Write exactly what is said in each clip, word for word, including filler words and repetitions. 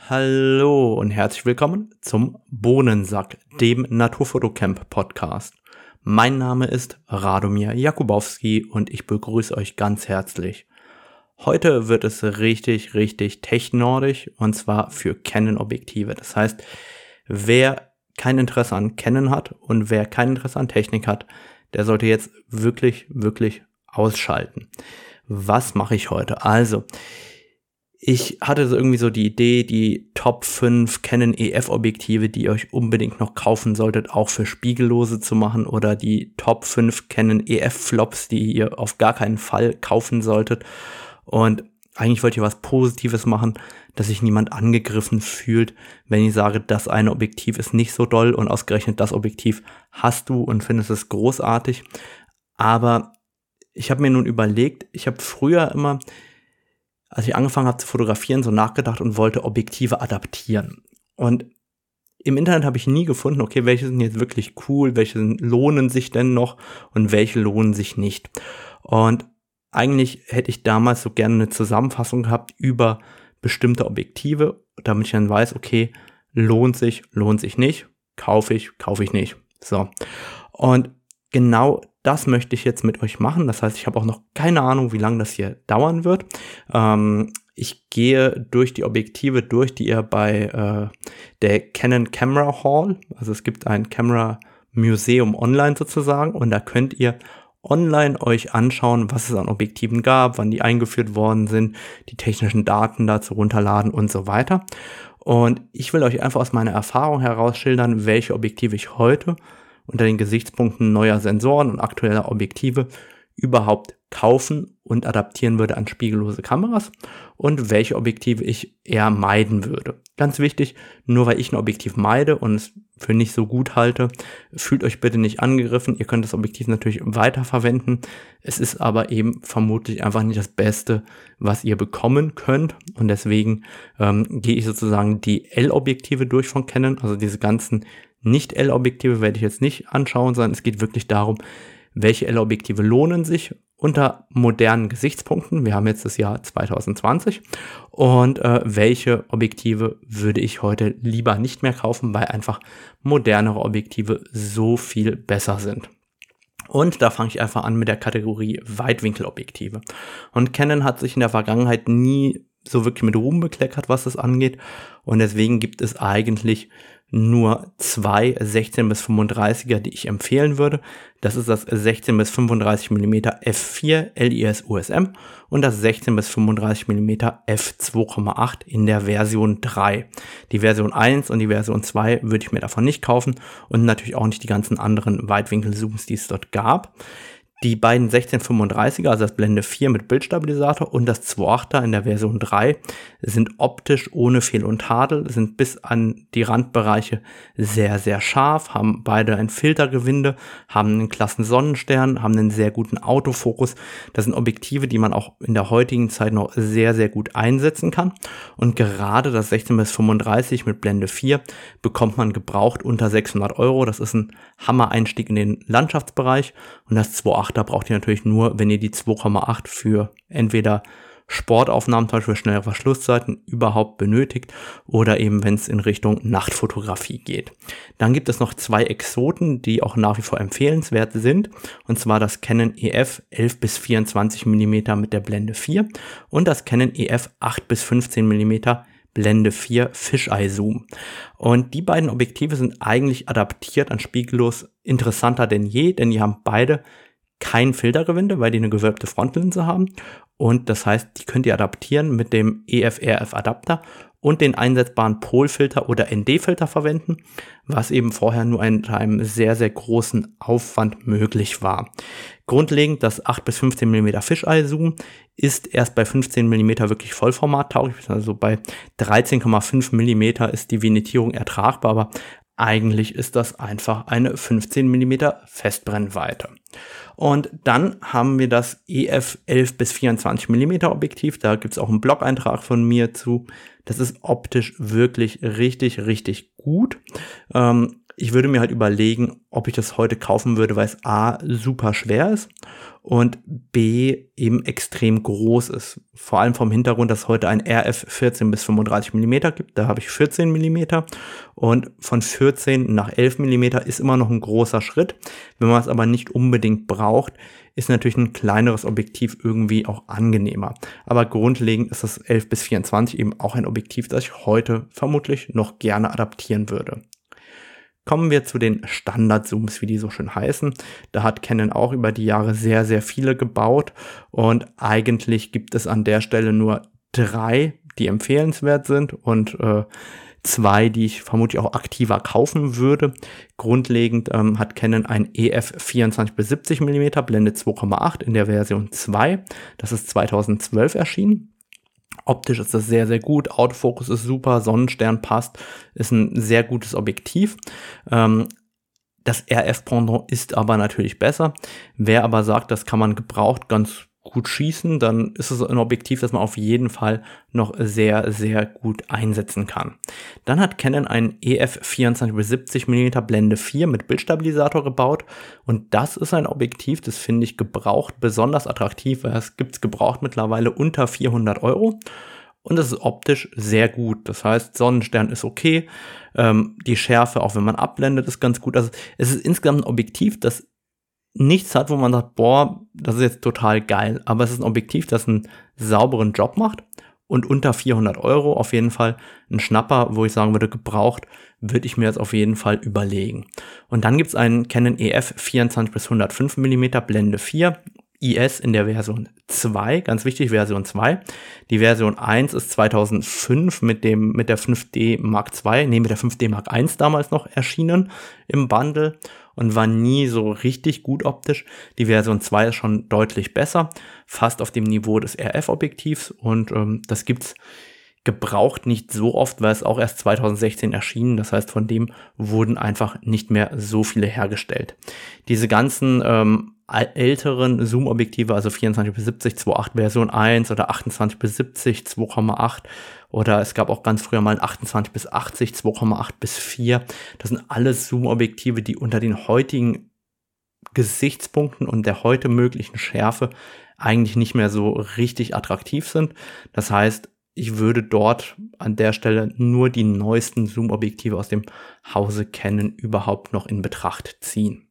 Hallo und herzlich willkommen zum Bohnensack, dem Naturfotocamp Podcast. Mein Name ist Radomir Jakubowski und ich begrüße euch ganz herzlich. Heute wird es richtig, richtig technordisch und zwar für Canon-Objektive. Das heißt, wer kein Interesse an Canon hat und wer kein Interesse an Technik hat, der sollte jetzt wirklich, wirklich ausschalten. Was mache ich heute? Also, ich hatte so irgendwie so die Idee, die Top fünf Canon E F-Objektive, die ihr euch unbedingt noch kaufen solltet, auch für Spiegellose zu machen, oder die Top fünf Canon E F-Flops, die ihr auf gar keinen Fall kaufen solltet. Und eigentlich wollte ich was Positives machen, dass sich niemand angegriffen fühlt, wenn ich sage, das eine Objektiv ist nicht so doll und ausgerechnet das Objektiv hast du und findest es großartig. Aber ich habe mir nun überlegt, ich habe früher immer, als ich angefangen habe zu fotografieren, so nachgedacht und wollte Objektive adaptieren. Und im Internet habe ich nie gefunden, okay, welche sind jetzt wirklich cool, welche lohnen sich denn noch und welche lohnen sich nicht. Und eigentlich hätte ich damals so gerne eine Zusammenfassung gehabt über bestimmte Objektive, damit ich dann weiß, okay, lohnt sich, lohnt sich nicht, kaufe ich, kaufe ich nicht. So. Und genau das möchte ich jetzt mit euch machen. Das heißt, ich habe auch noch keine Ahnung, wie lange das hier dauern wird. Ähm, ich gehe durch die Objektive durch, die ihr bei äh, der Canon Camera Hall, also es gibt ein Camera Museum online sozusagen, und da könnt ihr online euch anschauen, was es an Objektiven gab, wann die eingeführt worden sind, die technischen Daten dazu runterladen und so weiter. Und ich will euch einfach aus meiner Erfahrung heraus schildern, welche Objektive ich heute unter den Gesichtspunkten neuer Sensoren und aktueller Objektive überhaupt kaufen und adaptieren würde an spiegellose Kameras und welche Objektive ich eher meiden würde. Ganz wichtig, nur weil ich ein Objektiv meide und es für nicht so gut halte, fühlt euch bitte nicht angegriffen. Ihr könnt das Objektiv natürlich weiterverwenden. Es ist aber eben vermutlich einfach nicht das Beste, was ihr bekommen könnt. Und deswegen ähm, gehe ich sozusagen die L-Objektive durch von Canon, also diese ganzen Nicht-L-Objektive werde ich jetzt nicht anschauen, sondern es geht wirklich darum, welche L-Objektive lohnen sich unter modernen Gesichtspunkten. Wir haben jetzt das Jahr zwanzig zwanzig und äh, welche Objektive würde ich heute lieber nicht mehr kaufen, weil einfach modernere Objektive so viel besser sind. Und da fange ich einfach an mit der Kategorie Weitwinkelobjektive. Und Canon hat sich in der Vergangenheit nie so wirklich mit Ruhm bekleckert, was das angeht. Und deswegen gibt es eigentlich nur zwei sechzehn bis fünfunddreißiger, die ich empfehlen würde. Das ist das sechzehn bis fünfunddreißig Millimeter F vier L I S U S M und das sechzehn bis fünfunddreißig Millimeter F zwei Komma acht in der Version drei. Die Version eins und die Version zwei würde ich mir davon nicht kaufen und natürlich auch nicht die ganzen anderen Weitwinkel-Zooms, die es dort gab. Die beiden sechzehn fünfunddreißiger, also das Blende vier mit Bildstabilisator und das zwei Komma achter in der Version drei, sind optisch ohne Fehl und Tadel, sind bis an die Randbereiche sehr, sehr scharf, haben beide ein Filtergewinde, haben einen klassen Sonnenstern, haben einen sehr guten Autofokus. Das sind Objektive, die man auch in der heutigen Zeit noch sehr, sehr gut einsetzen kann. Und gerade das sechzehn bis fünfunddreißig mit Blende vier bekommt man gebraucht unter sechshundert Euro. Das ist ein Hammer-Einstieg in den Landschaftsbereich. Und das zwei Komma achter braucht ihr natürlich nur, wenn ihr die zwei Komma acht für entweder Sportaufnahmen, zum Beispiel schnellere Verschlusszeiten, überhaupt benötigt oder eben, wenn es in Richtung Nachtfotografie geht. Dann gibt es noch zwei Exoten, die auch nach wie vor empfehlenswert sind, und zwar das Canon E F elf bis vierundzwanzig Millimeter mit der Blende vier und das Canon E F acht bis fünfzehn Millimeter Blende vier Fisheye Zoom. Und die beiden Objektive sind eigentlich adaptiert an spiegellos interessanter denn je, denn die haben beide kein Filtergewinde, weil die eine gewölbte Frontlinse haben, und das heißt, die könnt ihr adaptieren mit dem E F R F Adapter und den einsetzbaren Polfilter oder N D-Filter verwenden, was eben vorher nur unter einem sehr, sehr großen Aufwand möglich war. Grundlegend, das acht bis fünfzehn Millimeter Fisheye Zoom ist erst bei fünfzehn Millimeter wirklich vollformattauglich, also bei dreizehn Komma fünf Millimeter ist die Vignettierung ertragbar, aber eigentlich ist das einfach eine fünfzehn Millimeter Festbrennweite. Und dann haben wir das E F elf bis vierundzwanzig Millimeter Objektiv. Da gibt es auch einen Blog-Eintrag von mir zu. Das ist optisch wirklich richtig, richtig gut. Ähm, Ich würde mir halt überlegen, ob ich das heute kaufen würde, weil es A, super schwer ist und B, eben extrem groß ist. Vor allem vom Hintergrund, dass es heute ein R F vierzehn bis fünfunddreißig Millimeter gibt. Da habe ich vierzehn Millimeter und von vierzehn nach elf Millimeter ist immer noch ein großer Schritt. Wenn man es aber nicht unbedingt braucht, ist natürlich ein kleineres Objektiv irgendwie auch angenehmer. Aber grundlegend ist das elf bis vierundzwanzig eben auch ein Objektiv, das ich heute vermutlich noch gerne adaptieren würde. Kommen wir zu den Standard-Zooms, wie die so schön heißen. Da hat Canon auch über die Jahre sehr, sehr viele gebaut und eigentlich gibt es an der Stelle nur drei, die empfehlenswert sind und äh, zwei, die ich vermutlich auch aktiver kaufen würde. Grundlegend ähm, hat Canon ein E F vierundzwanzig bis siebzig Millimeter Blende zwei Komma acht in der Version zwei. Das ist zweitausendzwölf erschienen. Optisch ist das sehr, sehr gut. Autofokus ist super, Sonnenstern passt, ist ein sehr gutes Objektiv. Ähm, das R F-Pendant ist aber natürlich besser. Wer aber sagt, das kann man gebraucht ganz gut schießen, dann ist es ein Objektiv, das man auf jeden Fall noch sehr, sehr gut einsetzen kann. Dann hat Canon ein E F vierundzwanzig bis siebzig Millimeter Blende vier mit Bildstabilisator gebaut und das ist ein Objektiv, das finde ich gebraucht besonders attraktiv, weil es gibt es gebraucht mittlerweile unter vierhundert Euro und es ist optisch sehr gut. Das heißt, Sonnenstern ist okay, ähm, die Schärfe, auch wenn man abblendet, ist ganz gut. Also es ist insgesamt ein Objektiv, das nichts hat, wo man sagt, boah, das ist jetzt total geil. Aber es ist ein Objektiv, das einen sauberen Job macht und unter vierhundert Euro auf jeden Fall ein Schnapper, wo ich sagen würde, gebraucht, würde ich mir jetzt auf jeden Fall überlegen. Und dann gibt es einen Canon E F vierundzwanzig bis hundertfünf Millimeter Blende vier, I S in der Version zwei, ganz wichtig, Version zwei. Die Version eins ist zweitausendfünf mit dem mit der fünf D Mark zwei, nee, mit der fünf D Mark eins damals noch erschienen im Bundle und war nie so richtig gut optisch. Die Version zwei ist schon deutlich besser, fast auf dem Niveau des R F-Objektivs und ähm, das gibt's gebraucht nicht so oft, weil es auch erst zweitausendsechzehn erschienen. Das heißt, von dem wurden einfach nicht mehr so viele hergestellt. Diese ganzen ähm, älteren Zoom-Objektive, also vierundzwanzig bis siebzig, zwei Komma acht Version eins oder achtundzwanzig bis siebzig, zwei Komma acht oder es gab auch ganz früher mal ein achtundzwanzig bis achtzig, zwei Komma acht bis vier. Das sind alles Zoom-Objektive, die unter den heutigen Gesichtspunkten und der heute möglichen Schärfe eigentlich nicht mehr so richtig attraktiv sind. Das heißt, ich würde dort an der Stelle nur die neuesten Zoom-Objektive aus dem Hause Canon überhaupt noch in Betracht ziehen.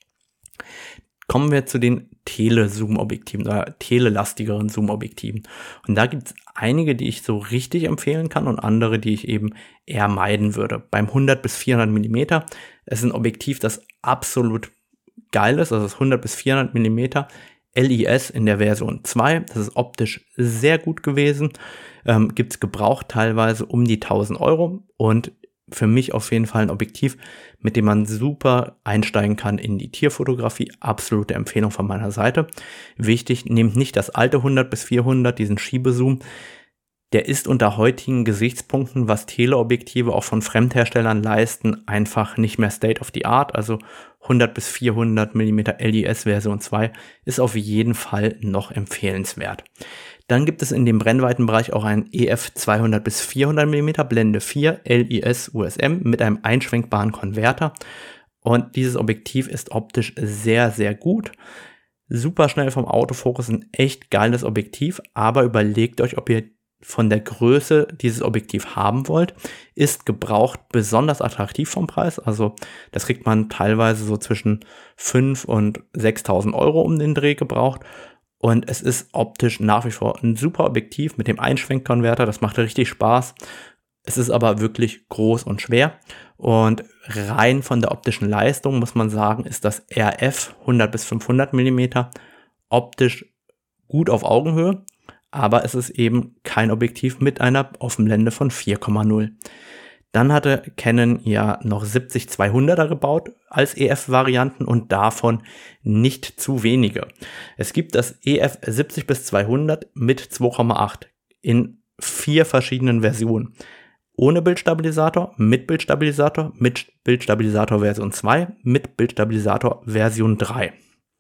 Kommen wir zu den Tele-Zoom-Objektiven oder telelastigeren Zoom-Objektiven. Und da gibt es einige, die ich so richtig empfehlen kann und andere, die ich eben eher meiden würde. Beim hundert bis vierhundert Millimeter ist ein Objektiv, das absolut geil ist, also das hundert bis vierhundert Millimeter L I S in der Version zwei. Das ist optisch sehr gut gewesen. Ähm, gibt es gebraucht teilweise um die tausend Euro und für mich auf jeden Fall ein Objektiv, mit dem man super einsteigen kann in die Tierfotografie. Absolute Empfehlung von meiner Seite. Wichtig, nehmt nicht das alte hundert bis vierhundert, diesen Schiebezoom. Der ist unter heutigen Gesichtspunkten, was Teleobjektive auch von Fremdherstellern leisten, einfach nicht mehr State of the Art. Also hundert bis vierhundert Millimeter L I S Version zwei ist auf jeden Fall noch empfehlenswert. Dann gibt es in dem Brennweitenbereich auch einen E F zweihundert bis vierhundert Millimeter Blende vier L I S U S M mit einem einschwenkbaren Konverter. Und dieses Objektiv ist optisch sehr, sehr gut. Super schnell vom Autofokus, ein echt geiles Objektiv. Aber überlegt euch, ob ihr von der Größe dieses Objektiv haben wollt. Ist gebraucht besonders attraktiv vom Preis. Also das kriegt man teilweise so zwischen fünftausend und sechstausend Euro um den Dreh gebraucht. Und es ist optisch nach wie vor ein super Objektiv mit dem Einschwenkkonverter. Das macht richtig Spaß. Es ist aber wirklich groß und schwer. Und rein von der optischen Leistung muss man sagen, ist das R F hundert bis fünfhundert Millimeter optisch gut auf Augenhöhe. Aber es ist eben kein Objektiv mit einer Offenblende von vier Komma null. Dann hatte Canon ja noch siebzig zweihunderter gebaut als E F-Varianten und davon nicht zu wenige. Es gibt das E F siebzig bis zweihundert mit zwei Komma acht in vier verschiedenen Versionen. Ohne Bildstabilisator, mit Bildstabilisator, mit Bildstabilisator Version zwei, mit Bildstabilisator Version drei.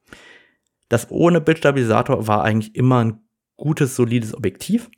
Das ohne Bildstabilisator war eigentlich immer ein gutes, solides Objektiv.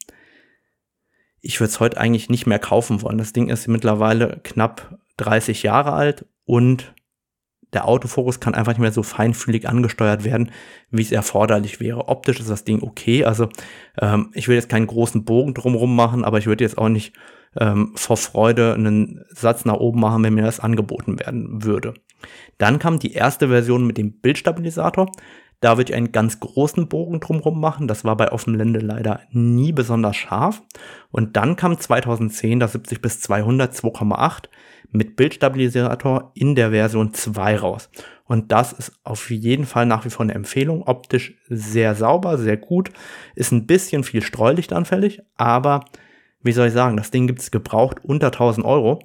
Ich würde es heute eigentlich nicht mehr kaufen wollen. Das Ding ist mittlerweile knapp dreißig Jahre alt, und der Autofokus kann einfach nicht mehr so feinfühlig angesteuert werden, wie es erforderlich wäre. Optisch ist das Ding okay, also ähm, ich will jetzt keinen großen Bogen drumherum machen, aber ich würde jetzt auch nicht ähm, vor Freude einen Satz nach oben machen, wenn mir das angeboten werden würde. Dann kam die erste Version mit dem Bildstabilisator. Da würde ich einen ganz großen Bogen drumherum machen. Das war bei Offenblende leider nie besonders scharf. Und dann kam zweitausendzehn das siebzig bis zweihundert zwei Komma acht mit Bildstabilisator in der Version zwei raus. Und das ist auf jeden Fall nach wie vor eine Empfehlung. Optisch sehr sauber, sehr gut. Ist ein bisschen viel streulichtanfällig, aber wie soll ich sagen, das Ding gibt es gebraucht unter tausend Euro.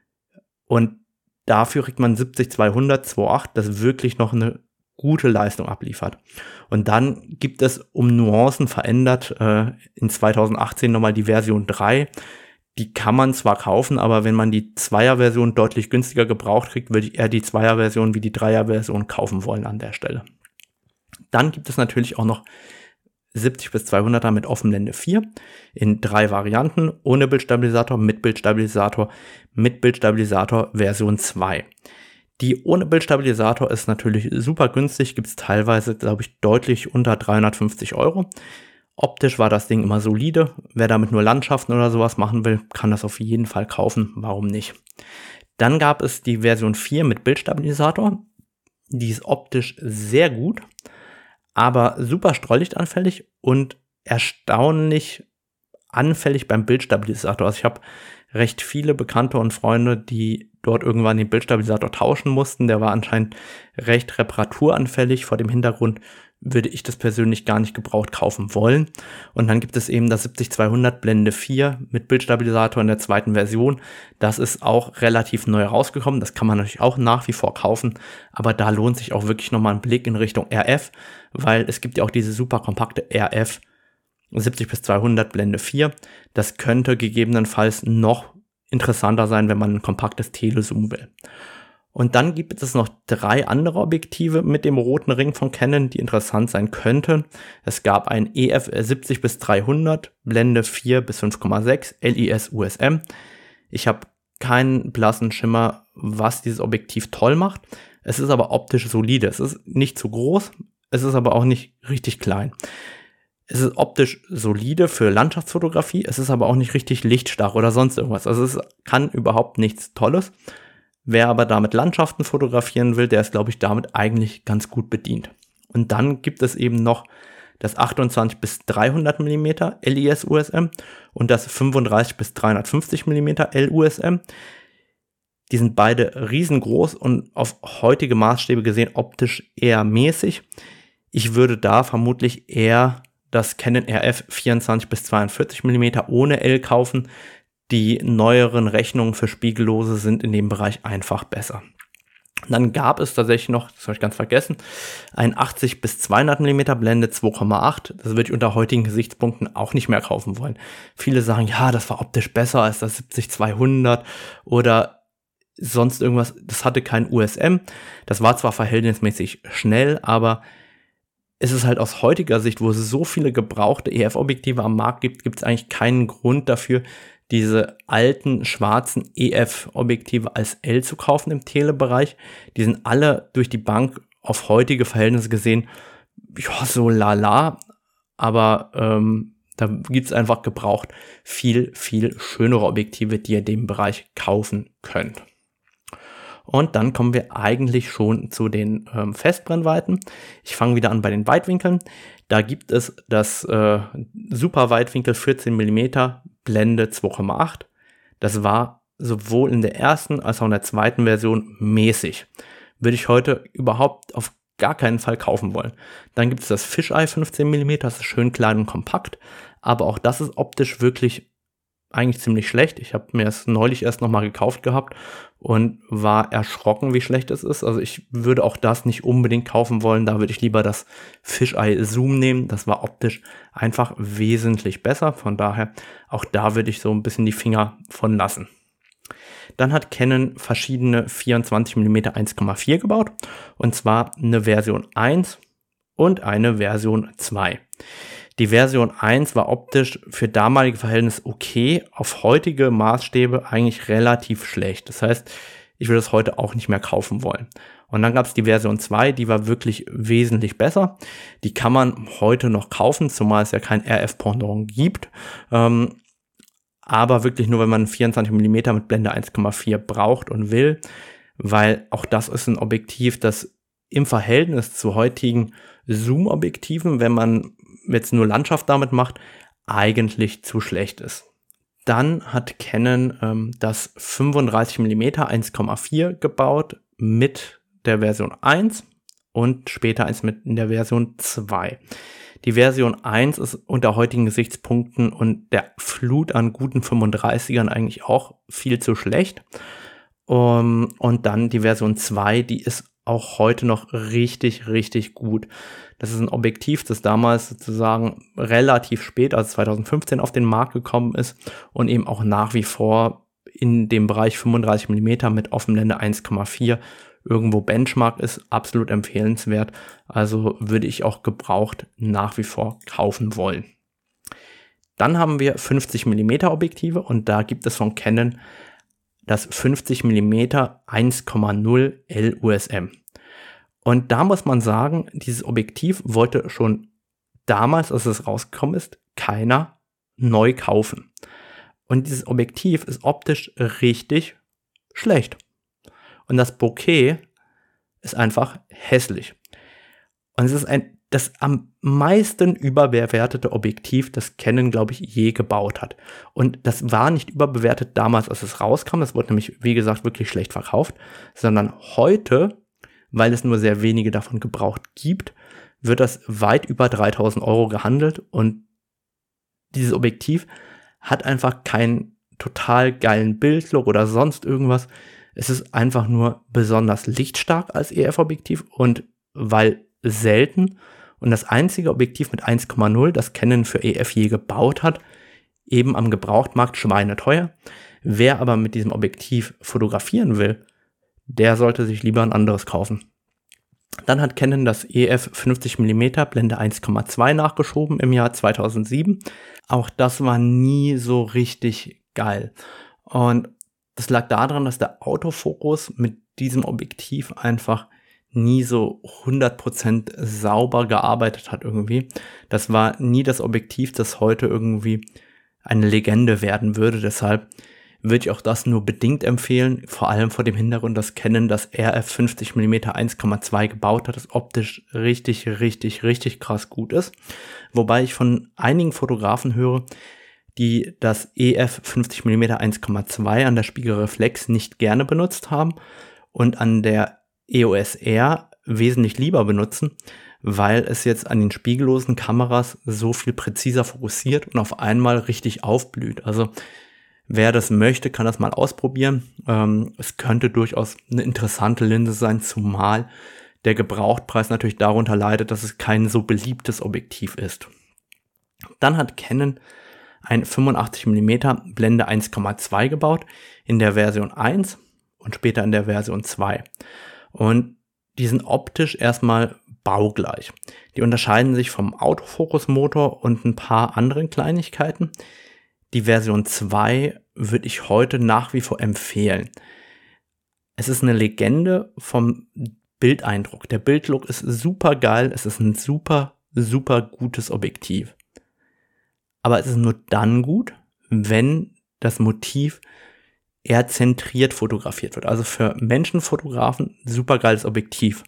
Und dafür kriegt man siebzig zweihundert zwei Komma acht, das wirklich noch eine gute Leistung abliefert. Und dann gibt es um Nuancen verändert äh, in zweitausendachtzehn nochmal die Version drei. Die kann man zwar kaufen, aber wenn man die Zweier-Version deutlich günstiger gebraucht kriegt, würde ich eher die Zweier-Version wie die Dreier-Version kaufen wollen an der Stelle. Dann gibt es natürlich auch noch siebzig bis zweihunderter mit Offenblende vier in drei Varianten, ohne Bildstabilisator, mit Bildstabilisator, mit Bildstabilisator Version zwei. Die ohne Bildstabilisator ist natürlich super günstig, gibt es teilweise, glaube ich, deutlich unter dreihundertfünfzig Euro. Optisch war das Ding immer solide. Wer damit nur Landschaften oder sowas machen will, kann das auf jeden Fall kaufen. Warum nicht? Dann gab es die Version vier mit Bildstabilisator. Die ist optisch sehr gut, aber super streulichtanfällig und erstaunlich anfällig beim Bildstabilisator. Also ich habe recht viele Bekannte und Freunde, die dort irgendwann den Bildstabilisator tauschen mussten. Der war anscheinend recht reparaturanfällig. Vor dem Hintergrund würde ich das persönlich gar nicht gebraucht kaufen wollen. Und dann gibt es eben das siebzig zweihundert Blende vier mit Bildstabilisator in der zweiten Version. Das ist auch relativ neu rausgekommen. Das kann man natürlich auch nach wie vor kaufen. Aber da lohnt sich auch wirklich nochmal ein Blick in Richtung R F, weil es gibt ja auch diese super kompakte R F siebzig bis zweihundert Blende vier. Das könnte gegebenenfalls noch interessanter sein, wenn man ein kompaktes Telezoom will. Und dann gibt es noch drei andere Objektive mit dem roten Ring von Canon, die interessant sein könnten. Es gab ein E F siebzig bis dreihundert, Blende vier bis fünf Komma sechs, L I S U S M. Ich habe keinen blassen Schimmer, was dieses Objektiv toll macht. Es ist aber optisch solide. Es ist nicht zu groß, es ist aber auch nicht richtig klein. Es ist optisch solide für Landschaftsfotografie, es ist aber auch nicht richtig lichtstark oder sonst irgendwas. Also es kann überhaupt nichts Tolles. Wer aber damit Landschaften fotografieren will, der ist, glaube ich, damit eigentlich ganz gut bedient. Und dann gibt es eben noch das achtundzwanzig bis dreihundert Millimeter L I S U S M und das fünfunddreißig bis dreihundertfünfzig Millimeter L U S M. Die sind beide riesengroß und auf heutige Maßstäbe gesehen optisch eher mäßig. Ich würde da vermutlich eher das Canon R F vierundzwanzig bis zweiundvierzig Millimeter ohne L kaufen. Die neueren Rechnungen für Spiegellose sind in dem Bereich einfach besser. Dann gab es tatsächlich noch, das habe ich ganz vergessen, ein achtzig bis zweihundert Millimeter Blende zwei Komma acht. Das würde ich unter heutigen Gesichtspunkten auch nicht mehr kaufen wollen. Viele sagen, ja, das war optisch besser als das siebzig zweihundert oder sonst irgendwas. Das hatte kein U S M. Das war zwar verhältnismäßig schnell, aber es ist halt aus heutiger Sicht, wo es so viele gebrauchte E F-Objektive am Markt gibt, gibt es eigentlich keinen Grund dafür, diese alten schwarzen E F-Objektive als L zu kaufen im Telebereich. Die sind alle durch die Bank auf heutige Verhältnisse gesehen, ja, so lala, aber ähm, da gibt es einfach gebraucht viel, viel schönere Objektive, die ihr in dem Bereich kaufen könnt. Und dann kommen wir eigentlich schon zu den ähm, Festbrennweiten. Ich fange wieder an bei den Weitwinkeln. Da gibt es das äh, Super Weitwinkel vierzehn Millimeter Blende zwei Komma acht. Das war sowohl in der ersten als auch in der zweiten Version mäßig. Würde ich heute überhaupt auf gar keinen Fall kaufen wollen. Dann gibt es das Fisheye fünfzehn Millimeter, das ist schön klein und kompakt, aber auch das ist optisch wirklich eigentlich ziemlich schlecht. Ich habe mir es neulich erst nochmal gekauft gehabt und war erschrocken, wie schlecht es ist. Also ich würde auch das nicht unbedingt kaufen wollen. Da würde ich lieber das Fisheye Zoom nehmen. Das war optisch einfach wesentlich besser. Von daher, auch da würde ich so ein bisschen die Finger von lassen. Dann hat Canon verschiedene vierundzwanzig Millimeter eins Komma vier gebaut. Und zwar eine Version eins und eine Version zwei. Die Version eins war optisch für damalige Verhältnisse okay, auf heutige Maßstäbe eigentlich relativ schlecht. Das heißt, ich würde es heute auch nicht mehr kaufen wollen. Und dann gab es die Version zwei, die war wirklich wesentlich besser. Die kann man heute noch kaufen, zumal es ja kein R F-Pendant gibt. Ähm, aber wirklich nur, wenn man vierundzwanzig Millimeter mit Blende eins Komma vier braucht und will, weil auch das ist ein Objektiv, das im Verhältnis zu heutigen Zoom-Objektiven, wenn man jetzt nur Landschaft damit macht, eigentlich zu schlecht ist. Dann hat Canon ähm, das fünfunddreißig Millimeter eins Komma vier gebaut mit der Version eins und später eins mit in der Version zwei. Die Version eins ist unter heutigen Gesichtspunkten und der Flut an guten fünfunddreißigern eigentlich auch viel zu schlecht. Um, und dann die Version zwei, die ist auch heute noch richtig, richtig gut. Das ist ein Objektiv, das damals sozusagen relativ spät, also zwanzig fünfzehn, auf den Markt gekommen ist und eben auch nach wie vor in dem Bereich fünfunddreißig Millimeter mit Offenblende eins Komma vier irgendwo Benchmark ist, absolut empfehlenswert. Also würde ich auch gebraucht nach wie vor kaufen wollen. Dann haben wir fünfzig Millimeter Objektive und da gibt es von Canon das fünfzig Millimeter eins Komma null L U S M. Und da muss man sagen, dieses Objektiv wollte schon damals, als es rausgekommen ist, keiner neu kaufen. Und dieses Objektiv ist optisch richtig schlecht. Und das Bokeh ist einfach hässlich. Und es ist ein, das am meisten überbewertete Objektiv, das Canon, glaube ich, je gebaut hat. Und das war nicht überbewertet damals, als es rauskam. Das wurde nämlich, wie gesagt, wirklich schlecht verkauft. Sondern heute, weil es nur sehr wenige davon gebraucht gibt, wird das weit über dreitausend Euro gehandelt. Und dieses Objektiv hat einfach keinen total geilen Bildlook oder sonst irgendwas. Es ist einfach nur besonders lichtstark als E F-Objektiv und weil selten und das einzige Objektiv mit eins Komma null, das Canon für E F je gebaut hat, eben am Gebrauchtmarkt schweineteuer. Wer aber mit diesem Objektiv fotografieren will, der sollte sich lieber ein anderes kaufen. Dann hat Canon das E F fünfzig Millimeter Blende eins Komma zwei nachgeschoben im Jahr zweitausendsieben. Auch das war nie so richtig geil. Und das lag daran, dass der Autofokus mit diesem Objektiv einfach nie so hundert Prozent sauber gearbeitet hat irgendwie. Das war nie das Objektiv, das heute irgendwie eine Legende werden würde. Deshalb würde ich auch das nur bedingt empfehlen, vor allem vor dem Hintergrund, dass Canon das R F fünfzig Millimeter eins Komma zwei gebaut hat, das optisch richtig, richtig, richtig krass gut ist. Wobei ich von einigen Fotografen höre, die das E F fünfzig Millimeter eins Komma zwei an der Spiegelreflex nicht gerne benutzt haben und an der E O S R wesentlich lieber benutzen, weil es jetzt an den spiegellosen Kameras so viel präziser fokussiert und auf einmal richtig aufblüht. Also wer das möchte, kann das mal ausprobieren. Ähm, es könnte durchaus eine interessante Linse sein, zumal der Gebrauchtpreis natürlich darunter leidet, dass es kein so beliebtes Objektiv ist. Dann hat Canon ein fünfundachtzig Millimeter Blende eins Komma zwei gebaut in der Version eins und später in der Version zwei. Und die sind optisch erstmal baugleich. Die unterscheiden sich vom Autofokusmotor und ein paar anderen Kleinigkeiten. Die Version zwei würde ich heute nach wie vor empfehlen. Es ist eine Legende vom Bildeindruck. Der Bildlook ist super geil. Es ist ein super, super gutes Objektiv. Aber es ist nur dann gut, wenn das Motiv eher zentriert fotografiert wird. Also für Menschenfotografen super geiles Objektiv.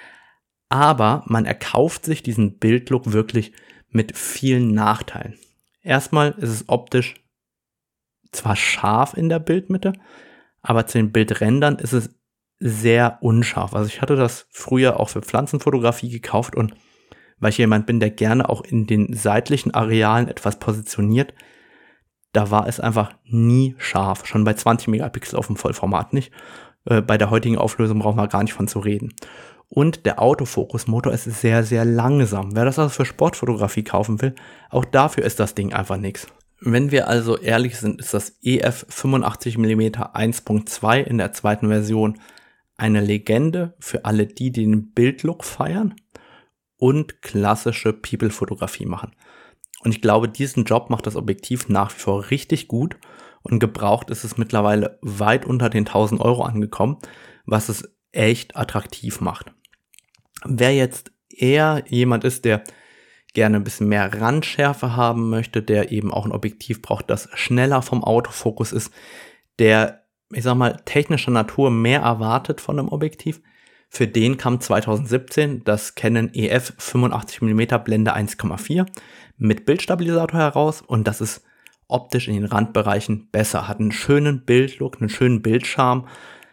Aber man erkauft sich diesen Bildlook wirklich mit vielen Nachteilen. Erstmal ist es optisch zwar scharf in der Bildmitte, aber zu den Bildrändern ist es sehr unscharf. Also ich hatte das früher auch für Pflanzenfotografie gekauft und weil ich jemand bin, der gerne auch in den seitlichen Arealen etwas positioniert, da war es einfach nie scharf. Schon bei zwanzig Megapixel auf dem Vollformat nicht. Äh, bei der heutigen Auflösung brauchen wir gar nicht von zu reden. Und der Autofokusmotor ist sehr, sehr langsam. Wer das also für Sportfotografie kaufen will, auch dafür ist das Ding einfach nichts. Wenn wir also ehrlich sind, ist das E F fünfundachtzig Millimeter eins Punkt zwei in der zweiten Version eine Legende für alle die, die den Bildlook feiern und klassische People-Fotografie machen. Und ich glaube, diesen Job macht das Objektiv nach wie vor richtig gut und gebraucht ist es mittlerweile weit unter den tausend Euro angekommen, was es echt attraktiv macht. Wer jetzt eher jemand ist, der gerne ein bisschen mehr Randschärfe haben möchte, der eben auch ein Objektiv braucht, das schneller vom Autofokus ist, der, ich sag mal, technischer Natur mehr erwartet von einem Objektiv, für den kam zwanzig siebzehn das Canon E F fünfundachtzig Millimeter Blende eins Komma vier mit Bildstabilisator heraus und das ist optisch in den Randbereichen besser, hat einen schönen Bildlook, einen schönen Bildscharm,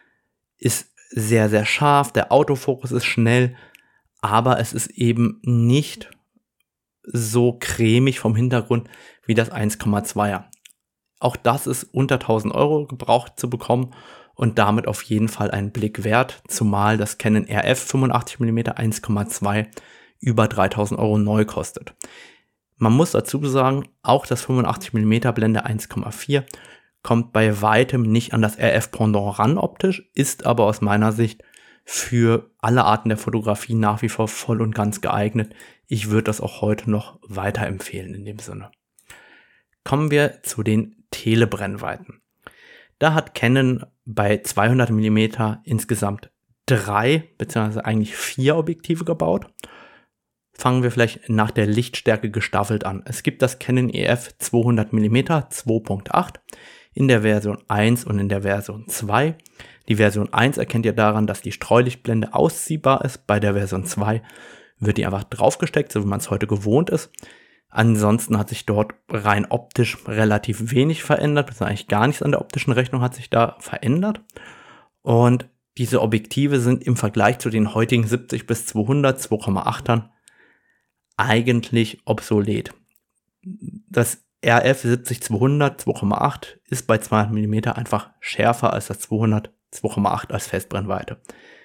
ist sehr, sehr scharf, der Autofokus ist schnell, aber es ist eben nicht so cremig vom Hintergrund wie das eins Komma zweier. Auch das ist unter tausend Euro gebraucht zu bekommen und damit auf jeden Fall einen Blick wert, zumal das Canon R F fünfundachtzig Millimeter eins Komma zwei über dreitausend Euro neu kostet. Man muss dazu sagen, auch das fünfundachtzig Millimeter Blende eins Komma vier kommt bei weitem nicht an das R F Pendant ran optisch, ist aber aus meiner Sicht für alle Arten der Fotografie nach wie vor voll und ganz geeignet. Ich würde das auch heute noch weiterempfehlen in dem Sinne. Kommen wir zu den Telebrennweiten. Da hat Canon bei zweihundert Millimeter insgesamt drei bzw. eigentlich vier Objektive gebaut. Fangen wir vielleicht nach der Lichtstärke gestaffelt an. Es gibt das Canon E F zweihundert Millimeter zwei Punkt acht in der Version eins und in der Version zwei. Die Version eins erkennt ihr daran, dass die Streulichtblende ausziehbar ist. Bei der Version zwei wird die einfach draufgesteckt, so wie man es heute gewohnt ist. Ansonsten hat sich dort rein optisch relativ wenig verändert, beziehungsweise eigentlich gar nichts an der optischen Rechnung hat sich da verändert. Und diese Objektive sind im Vergleich zu den heutigen siebzig bis zweihundert zwei Komma achtern eigentlich obsolet. Das R F siebzig zweihundert zwei Komma acht ist bei zweihundert Millimeter einfach schärfer als das zweihundert zwei Komma acht als Festbrennweite.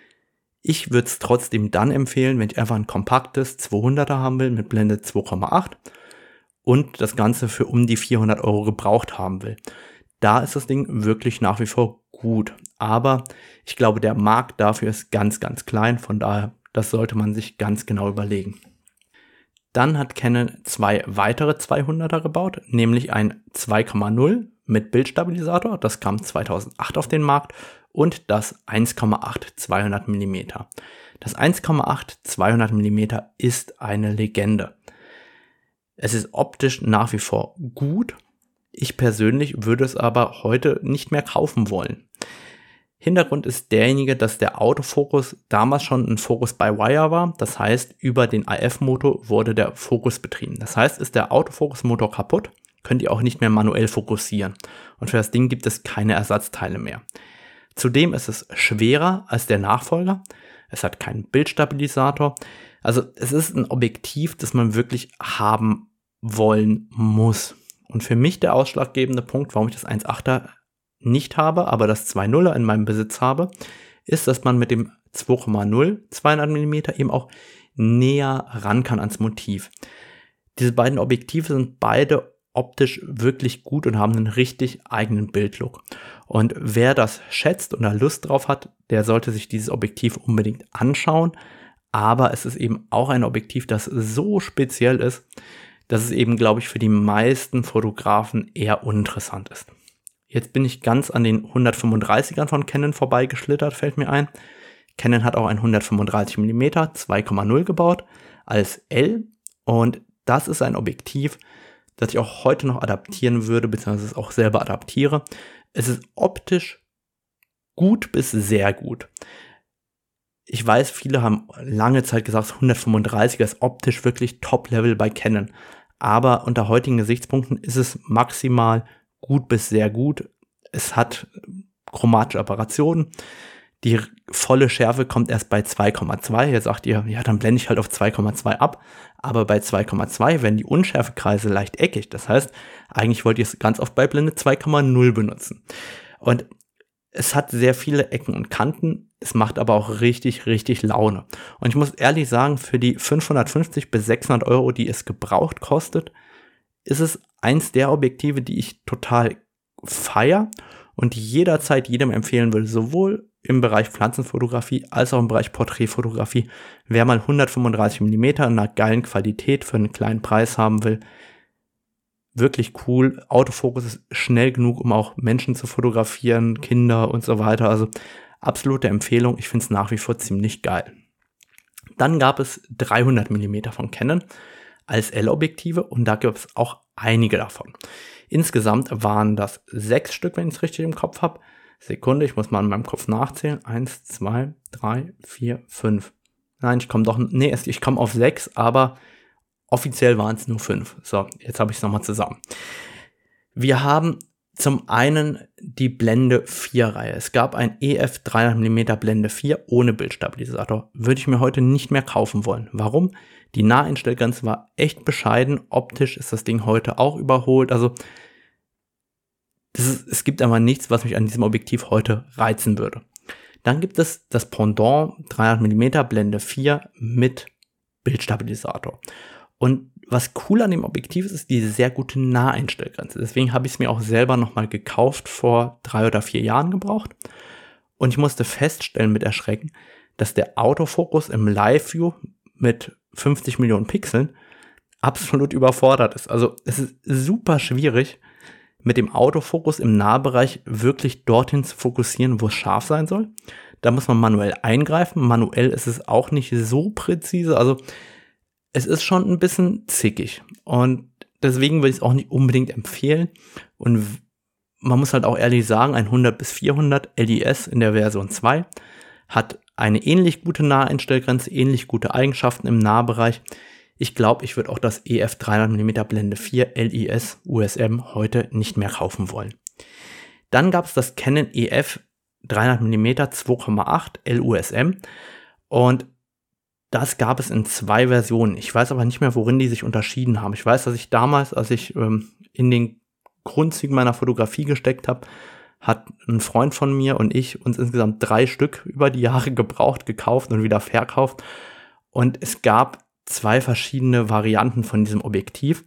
Ich würde es trotzdem dann empfehlen, wenn ich einfach ein kompaktes zweihunderter haben will mit Blende zwei Komma acht und das Ganze für um die vierhundert Euro gebraucht haben will. Da ist das Ding wirklich nach wie vor gut. Aber ich glaube, der Markt dafür ist ganz, ganz klein. Von daher, das sollte man sich ganz genau überlegen. Dann hat Canon zwei weitere zweihunderter gebaut, nämlich ein zwei Komma null mit Bildstabilisator. Das kam zweitausendacht auf den Markt. Und das eins Komma acht zweihundert Millimeter. Das eins Komma acht zweihundert Millimeter ist eine Legende. Es ist optisch nach wie vor gut. Ich persönlich würde es aber heute nicht mehr kaufen wollen. Hintergrund ist derjenige, dass der Autofokus damals schon ein Focus by Wire war. Das heißt, über den A F-Motor wurde der Fokus betrieben. Das heißt, ist der Autofokusmotor kaputt, könnt ihr auch nicht mehr manuell fokussieren. Und für das Ding gibt es keine Ersatzteile mehr. Zudem ist es schwerer als der Nachfolger. Es hat keinen Bildstabilisator. Also es ist ein Objektiv, das man wirklich haben wollen muss. Und für mich der ausschlaggebende Punkt, warum ich das eins Komma achter nicht habe, aber das zwei Komma nuller in meinem Besitz habe, ist, dass man mit dem zwei Komma null zweihundert Millimeter eben auch näher ran kann ans Motiv. Diese beiden Objektive sind beide optisch wirklich gut und haben einen richtig eigenen Bildlook. Und wer das schätzt und da Lust drauf hat, der sollte sich dieses Objektiv unbedingt anschauen. Aber es ist eben auch ein Objektiv, das so speziell ist, dass es eben, glaube ich, für die meisten Fotografen eher uninteressant ist. Jetzt bin ich ganz an den hundertfünfunddreißigern von Canon vorbeigeschlittert, fällt mir ein. Canon hat auch ein hundertfünfunddreißig Millimeter zwei Komma null gebaut als L. Und das ist ein Objektiv, das ich auch heute noch adaptieren würde, beziehungsweise es auch selber adaptiere. Es ist optisch gut bis sehr gut. Ich weiß, viele haben lange Zeit gesagt, hundertfünfunddreißiger ist optisch wirklich Top-Level bei Canon. Aber unter heutigen Gesichtspunkten ist es maximal gut bis sehr gut. Es hat chromatische Aberrationen. Die volle Schärfe kommt erst bei zwei Komma zwei. Jetzt sagt ihr, ja, dann blende ich halt auf zwei Komma zwei ab. Aber bei zwei Komma zwei werden die Unschärfekreise leicht eckig. Das heißt, eigentlich wollt ihr es ganz oft bei Blende zwei Komma null benutzen. Und es hat sehr viele Ecken und Kanten. Es macht aber auch richtig, richtig Laune. Und ich muss ehrlich sagen, für die fünfhundertfünfzig bis sechshundert Euro, die es gebraucht kostet, ist es eins der Objektive, die ich total feier und jederzeit jedem empfehlen will, sowohl im Bereich Pflanzenfotografie als auch im Bereich Porträtfotografie. Wer mal hundertfünfunddreißig Millimeter in einer geilen Qualität für einen kleinen Preis haben will, wirklich cool. Autofokus ist schnell genug, um auch Menschen zu fotografieren, Kinder und so weiter. Also absolute Empfehlung. Ich finde es nach wie vor ziemlich geil. Dann gab es dreihundert Millimeter von Canon als L-Objektive und da gibt es auch einige davon. Insgesamt waren das sechs Stück, wenn ich es richtig im Kopf habe. Sekunde, ich muss mal in meinem Kopf nachzählen. Eins, zwei, drei, vier, fünf. Nein, ich komme doch, nee, ich komme auf sechs, aber offiziell waren es nur fünf. So, jetzt habe ich es nochmal zusammen. Wir haben zum einen die Blende vier Reihe. Es gab ein E F dreihundert Millimeter Blende vier ohne Bildstabilisator. Würde ich mir heute nicht mehr kaufen wollen. Warum? Die Naheinstellgrenze war echt bescheiden. Optisch ist das Ding heute auch überholt. Also das ist, es gibt aber nichts, was mich an diesem Objektiv heute reizen würde. Dann gibt es das Pendant dreihundert Millimeter Blende vier mit Bildstabilisator. Und was cool an dem Objektiv ist, ist diese sehr gute Naheinstellgrenze. Deswegen habe ich es mir auch selber nochmal gekauft, vor drei oder vier Jahren gebraucht. Und ich musste feststellen mit Erschrecken, dass der Autofokus im Live-View mit fünfzig Millionen Pixeln absolut überfordert ist. Also es ist super schwierig, mit dem Autofokus im Nahbereich wirklich dorthin zu fokussieren, wo es scharf sein soll. Da muss man manuell eingreifen. Manuell ist es auch nicht so präzise. Also es ist schon ein bisschen zickig und deswegen würde ich es auch nicht unbedingt empfehlen. Und man muss halt auch ehrlich sagen, ein hundert bis vierhundert L I S in der Version zwei hat eine ähnlich gute Naheinstellgrenze, ähnlich gute Eigenschaften im Nahbereich. Ich glaube, ich würde auch das E F dreihundert Millimeter Blende vier L I S U S M heute nicht mehr kaufen wollen. Dann gab es das Canon E F dreihundert Millimeter zwei Komma acht L U S M und das gab es in zwei Versionen. Ich weiß aber nicht mehr, worin die sich unterschieden haben. Ich weiß, dass ich damals, als ich ähm, in den Grundzügen meiner Fotografie gesteckt habe, hat ein Freund von mir und ich uns insgesamt drei Stück über die Jahre gebraucht, gekauft und wieder verkauft. Und es gab zwei verschiedene Varianten von diesem Objektiv.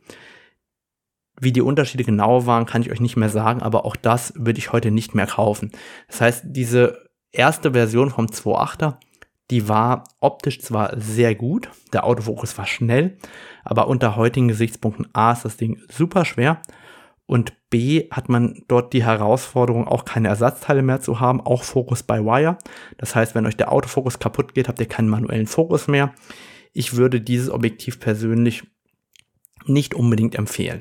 Wie die Unterschiede genau waren, kann ich euch nicht mehr sagen, aber auch das würde ich heute nicht mehr kaufen. Das heißt, diese erste Version vom zwei Komma achter, die war optisch zwar sehr gut, der Autofokus war schnell, aber unter heutigen Gesichtspunkten A ist das Ding super schwer und B hat man dort die Herausforderung, auch keine Ersatzteile mehr zu haben, auch Focus by Wire. Das heißt, wenn euch der Autofokus kaputt geht, habt ihr keinen manuellen Fokus mehr. Ich würde dieses Objektiv persönlich nicht unbedingt empfehlen.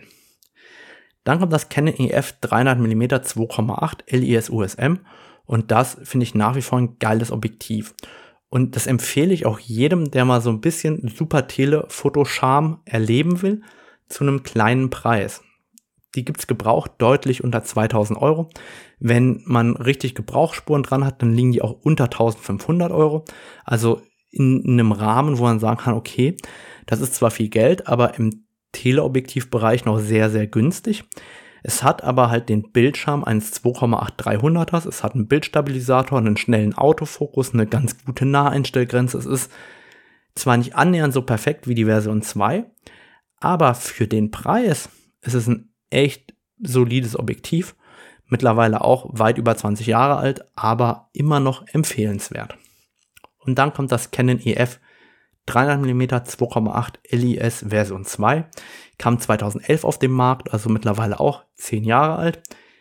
Dann kommt das Canon E F dreihundert Millimeter zwei Komma acht L I S U S M und das finde ich nach wie vor ein geiles Objektiv. Und das empfehle ich auch jedem, der mal so ein bisschen Super-Tele-Fotoscharme erleben will, zu einem kleinen Preis. Die gibt's gebraucht deutlich unter zweitausend Euro. Wenn man richtig Gebrauchsspuren dran hat, dann liegen die auch unter eintausendfünfhundert Euro. Also in, in einem Rahmen, wo man sagen kann, okay, das ist zwar viel Geld, aber im Teleobjektivbereich noch sehr, sehr günstig. Es hat aber halt den Bildschirm eines zwei Komma acht dreihunderters, es hat einen Bildstabilisator, einen schnellen Autofokus, eine ganz gute Naheinstellgrenze. Es ist zwar nicht annähernd so perfekt wie die Version zwei, aber für den Preis ist es ein echt solides Objektiv. Mittlerweile auch weit über zwanzig Jahre alt, aber immer noch empfehlenswert. Und dann kommt das Canon E F dreihundert Millimeter zwei Komma acht L I S Version zwei, kam zweitausendelf auf den Markt, also mittlerweile auch zehn Jahre alt.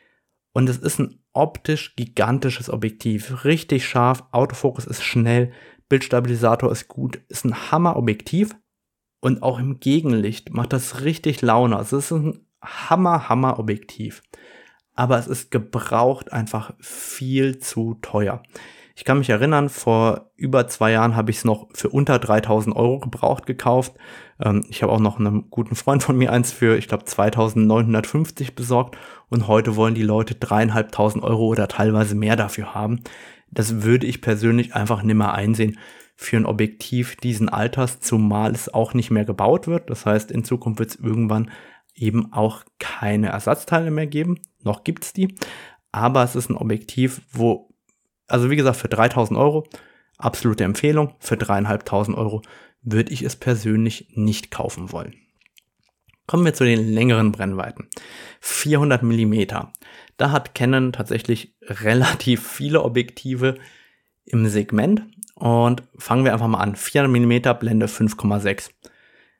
Und es ist ein optisch gigantisches Objektiv, richtig scharf, Autofokus ist schnell, Bildstabilisator ist gut, ist ein Hammer-Objektiv. Und auch im Gegenlicht macht das richtig Laune. Also es ist ein Hammer, Hammer-Objektiv. Aber es ist gebraucht einfach viel zu teuer. Ich kann mich erinnern, vor über zwei Jahren habe ich es noch für unter dreitausend Euro gebraucht gekauft. Ähm, ich habe auch noch einem guten Freund von mir eins für, ich glaube, zweitausendneunhundertfünfzig besorgt. Und heute wollen die Leute dreieinhalbtausend Euro oder teilweise mehr dafür haben. Das würde ich persönlich einfach nimmer einsehen für ein Objektiv diesen Alters, zumal es auch nicht mehr gebaut wird. Das heißt, in Zukunft wird es irgendwann eben auch keine Ersatzteile mehr geben. Noch gibt's die. Aber es ist ein Objektiv, wo, also wie gesagt, für dreitausend Euro absolute Empfehlung. Für dreieinhalbtausend Euro würde ich es persönlich nicht kaufen wollen. Kommen wir zu den längeren Brennweiten. vierhundert Millimeter. Da hat Canon tatsächlich relativ viele Objektive im Segment. Und fangen wir einfach mal an. vierhundert Millimeter Blende fünf Komma sechs.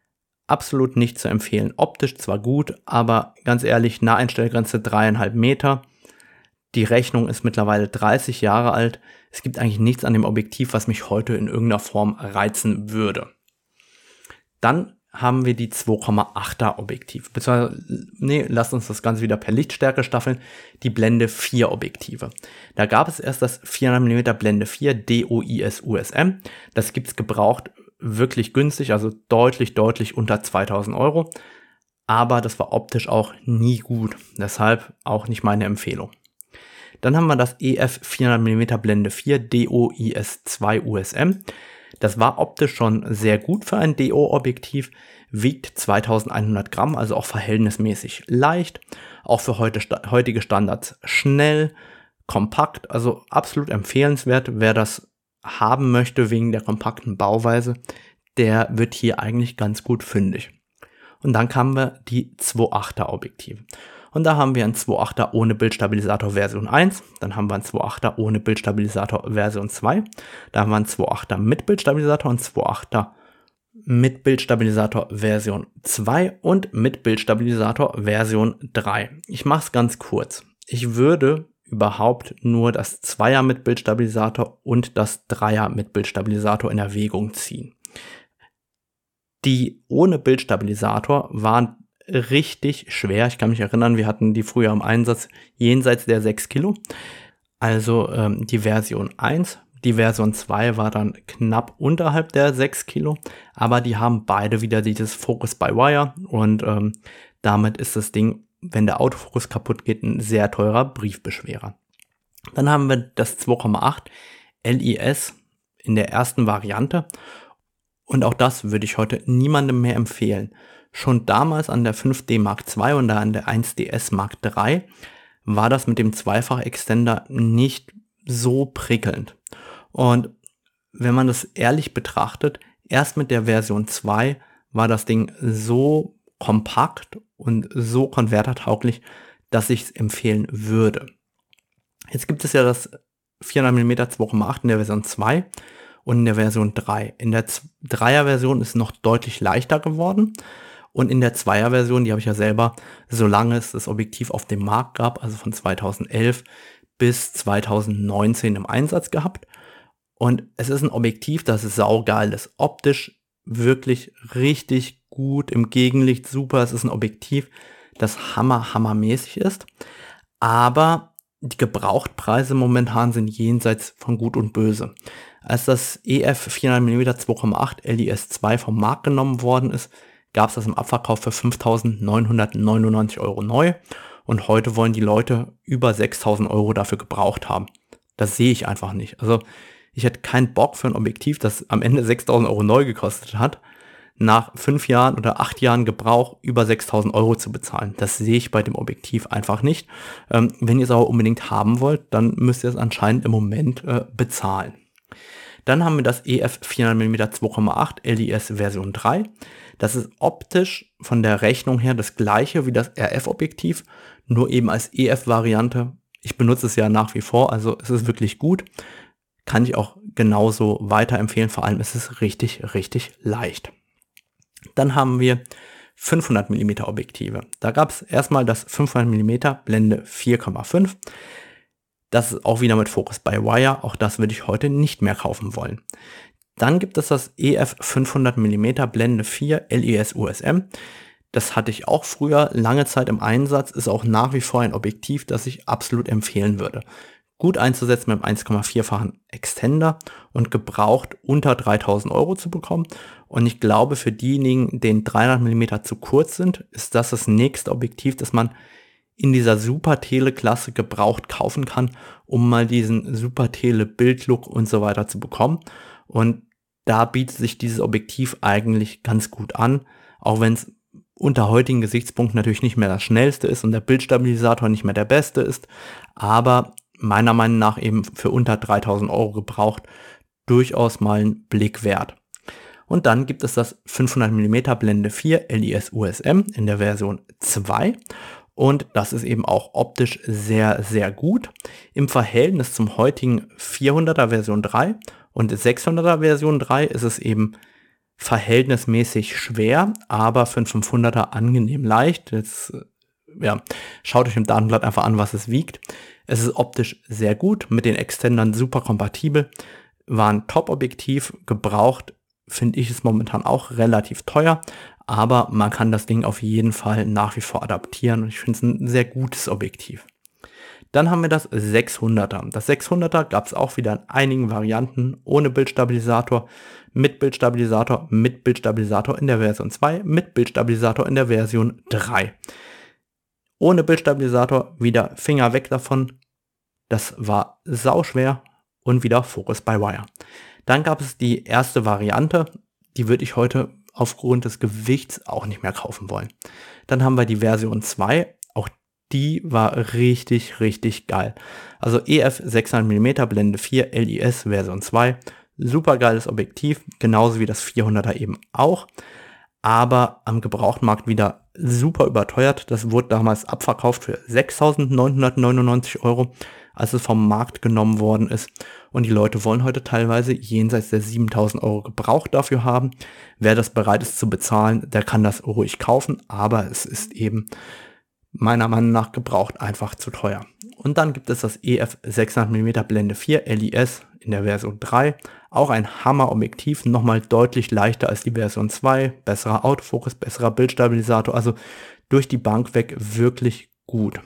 absolut nicht zu empfehlen. Optisch zwar gut, aber ganz ehrlich, Naheinstellgrenze dreieinhalb Meter. Die Rechnung ist mittlerweile dreißig Jahre alt. Es gibt eigentlich nichts an dem Objektiv, was mich heute in irgendeiner Form reizen würde. Dann haben wir die zwei Komma achter Objektive. Beziehungsweise, nee, lasst uns das Ganze wieder per Lichtstärke staffeln. Die Blende vier Objektive. Da gab es erst das vierhundert Millimeter Blende vier D O I S U S M. Das gibt's gebraucht wirklich günstig, also deutlich, deutlich unter zweitausend Euro. Aber das war optisch auch nie gut. Deshalb auch nicht meine Empfehlung. Dann haben wir das E F vierhundert Millimeter Blende vier D O I S zwei U S M. Das war optisch schon sehr gut für ein D O-Objektiv, wiegt zweitausendeinhundert Gramm, also auch verhältnismäßig leicht. Auch für heute, heutige Standards schnell, kompakt, also absolut empfehlenswert. Wer das haben möchte wegen der kompakten Bauweise, der wird hier eigentlich ganz gut fündig. Und dann kamen wir die zwei Komma achter Objektive. Und da haben wir ein zwei Komma achter ohne Bildstabilisator Version eins, dann haben wir ein zwei Komma achter ohne Bildstabilisator Version zwei, da haben wir ein zwei Komma achter mit Bildstabilisator und zwei Komma achter mit Bildstabilisator Version zwei und mit Bildstabilisator Version drei. Ich mache es ganz kurz. Ich würde überhaupt nur das Zweier mit Bildstabilisator und das Dreier mit Bildstabilisator in Erwägung ziehen. Die ohne Bildstabilisator waren richtig schwer. Ich kann mich erinnern, wir hatten die früher im Einsatz jenseits der sechs Kilo. Also ähm, die Version eins. Die Version zwei war dann knapp unterhalb der sechs Kilo. Aber die haben beide wieder dieses Focus by Wire. Und ähm, damit ist das Ding, wenn der Autofokus kaputt geht, ein sehr teurer Briefbeschwerer. Dann haben wir das zwei Komma acht L I S in der ersten Variante. Und auch das würde ich heute niemandem mehr empfehlen. Schon damals an der fünf D Mark zwei und an der eins D S Mark drei war das mit dem Zweifach-Extender nicht so prickelnd. Und wenn man das ehrlich betrachtet, erst mit der Version zwei war das Ding so kompakt und so konvertertauglich, dass ich es empfehlen würde. Jetzt gibt es ja das vierhundert Millimeter zwei Komma acht in der Version zwei und in der Version drei. In der Dreier-Version ist es noch deutlich leichter geworden. Und in der Zweier-Version, die habe ich ja selber, solange es das Objektiv auf dem Markt gab, also von zweitausendelf bis zweitausendneunzehn im Einsatz gehabt. Und es ist ein Objektiv, das ist saugeil, das ist optisch wirklich richtig gut, im Gegenlicht super. Es ist ein Objektiv, das hammer, hammermäßig ist. Aber die Gebrauchtpreise momentan sind jenseits von Gut und Böse. Als das E F vierhundert Millimeter zwei Komma acht L I S zwei vom Markt genommen worden ist, gab es das im Abverkauf für fünftausendneunhundertneunundneunzig Euro neu und heute wollen die Leute über sechstausend Euro dafür gebraucht haben. Das sehe ich einfach nicht. Also ich hätte keinen Bock für ein Objektiv, das am Ende sechstausend Euro neu gekostet hat, nach fünf Jahren oder acht Jahren Gebrauch über sechstausend Euro zu bezahlen. Das sehe ich bei dem Objektiv einfach nicht. Ähm, wenn ihr es aber unbedingt haben wollt, dann müsst ihr es anscheinend im Moment äh, bezahlen. Dann haben wir das E F vierhundert Millimeter zwei Komma acht L I S Version drei. Das ist optisch von der Rechnung her das gleiche wie das R F-Objektiv, nur eben als E F-Variante. Ich benutze es ja nach wie vor, also es ist wirklich gut. Kann ich auch genauso weiterempfehlen, vor allem ist es richtig, richtig leicht. Dann haben wir fünfhundert Millimeter Objektive. Da gab es erstmal das fünfhundert Millimeter Blende vier Komma fünf. Das ist auch wieder mit Focus by Wire. Auch das würde ich heute nicht mehr kaufen wollen. Dann gibt es das E F fünfhundert Millimeter Blende vier L I S U S M. Das hatte ich auch früher lange Zeit im Einsatz. Ist auch nach wie vor ein Objektiv, das ich absolut empfehlen würde. Gut einzusetzen mit einem eins Komma vier-fachen Extender und gebraucht unter dreitausend Euro zu bekommen. Und ich glaube, für diejenigen, denen dreihundert Millimeter zu kurz sind, ist das das nächste Objektiv, das man in dieser Super-Tele-Klasse gebraucht kaufen kann, um mal diesen Super-Tele-Bildlook und so weiter zu bekommen. Und da bietet sich dieses Objektiv eigentlich ganz gut an, auch wenn es unter heutigen Gesichtspunkten natürlich nicht mehr das schnellste ist und der Bildstabilisator nicht mehr der beste ist, aber meiner Meinung nach eben für unter dreitausend Euro gebraucht durchaus mal einen Blick wert. Und dann gibt es das fünfhundert Millimeter Blende vier L I S U S M in der Version zwei. Und das ist eben auch optisch sehr, sehr gut. Im Verhältnis zum heutigen vierhunderter Version drei und sechshunderter Version drei ist es eben verhältnismäßig schwer, aber für einen fünfhunderter angenehm leicht. Jetzt ja, schaut euch im Datenblatt einfach an, was es wiegt. Es ist optisch sehr gut, mit den Extendern super kompatibel, war ein Top-Objektiv, gebraucht finde ich es momentan auch relativ teuer, aber man kann das Ding auf jeden Fall nach wie vor adaptieren und ich finde es ein sehr gutes Objektiv. Dann haben wir das sechshunderter. Das sechshunderter gab es auch wieder in einigen Varianten, ohne Bildstabilisator, mit Bildstabilisator, mit Bildstabilisator in der Version zwei, mit Bildstabilisator in der Version drei. Ohne Bildstabilisator wieder Finger weg davon. Das war sauschwer und wieder Focus by Wire. Dann gab es die erste Variante, die würde ich heute aufgrund des Gewichts auch nicht mehr kaufen wollen. Dann haben wir die Version zwei, auch die war richtig, richtig geil. Also E F sechshundert Millimeter Blende vier L I S Version zwei, super geiles Objektiv, genauso wie das vierhunderter eben auch, aber am Gebrauchtmarkt wieder super überteuert. Das wurde damals abverkauft für sechstausendneunhundertneunundneunzig Euro, als es vom Markt genommen worden ist. Und die Leute wollen heute teilweise jenseits der siebentausend Euro gebraucht dafür haben. Wer das bereit ist zu bezahlen, der kann das ruhig kaufen, aber es ist eben meiner Meinung nach gebraucht einfach zu teuer. Und dann gibt es das E F sechshundert Millimeter Blende vier L I S in der Version drei. Auch ein Hammer-Objektiv, nochmal deutlich leichter als die Version zwei. Besserer Autofokus, besserer Bildstabilisator, also durch die Bank weg wirklich gut.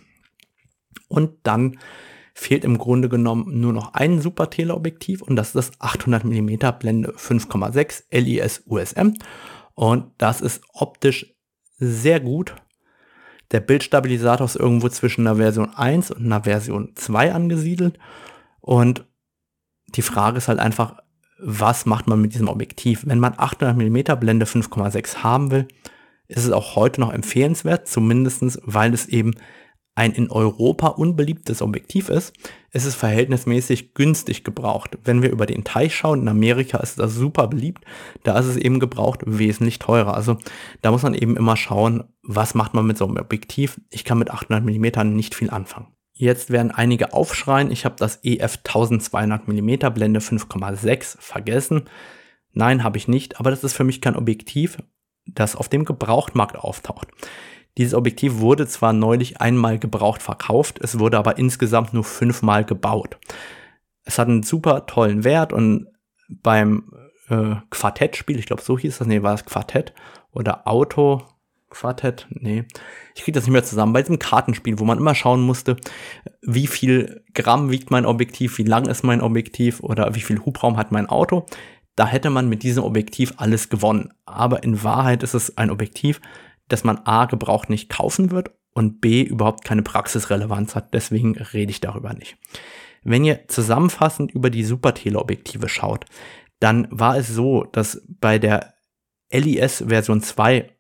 Und dann fehlt im Grunde genommen nur noch ein super Teleobjektiv und das ist das achthundert Millimeter Blende fünf Komma sechs L I S U S M. Und das ist optisch sehr gut. Der Bildstabilisator ist irgendwo zwischen einer Version eins und einer Version zwei angesiedelt. Und die Frage ist halt einfach, was macht man mit diesem Objektiv? Wenn man achthundert Millimeter Blende fünf Komma sechs haben will, ist es auch heute noch empfehlenswert, zumindest weil es eben ein in Europa unbeliebtes Objektiv ist. Es ist verhältnismäßig günstig gebraucht. Wenn wir über den Teich schauen, in Amerika ist das super beliebt, da ist es eben gebraucht wesentlich teurer. Also da muss man eben immer schauen, was macht man mit so einem Objektiv. Ich kann mit achthundert Millimeter nicht viel anfangen. Jetzt werden einige aufschreien, ich habe das E F zwölfhundert Millimeter Blende fünf Komma sechs vergessen. Nein, habe ich nicht, aber das ist für mich kein Objektiv, das auf dem Gebrauchtmarkt auftaucht. Dieses Objektiv wurde zwar neulich einmal gebraucht verkauft, es wurde aber insgesamt nur fünfmal gebaut. Es hat einen super tollen Wert und beim äh, Quartettspiel, ich glaube so hieß das, nee, war das Quartett oder Auto Quartett, nee, ich kriege das nicht mehr zusammen, bei diesem Kartenspiel, wo man immer schauen musste, wie viel Gramm wiegt mein Objektiv, wie lang ist mein Objektiv oder wie viel Hubraum hat mein Auto, da hätte man mit diesem Objektiv alles gewonnen. Aber in Wahrheit ist es ein Objektiv, dass man A, gebraucht nicht kaufen wird und B, überhaupt keine Praxisrelevanz hat. Deswegen rede ich darüber nicht. Wenn ihr zusammenfassend über die Super-Teleobjektive schaut, dann war es so, dass bei der L I S Version zwei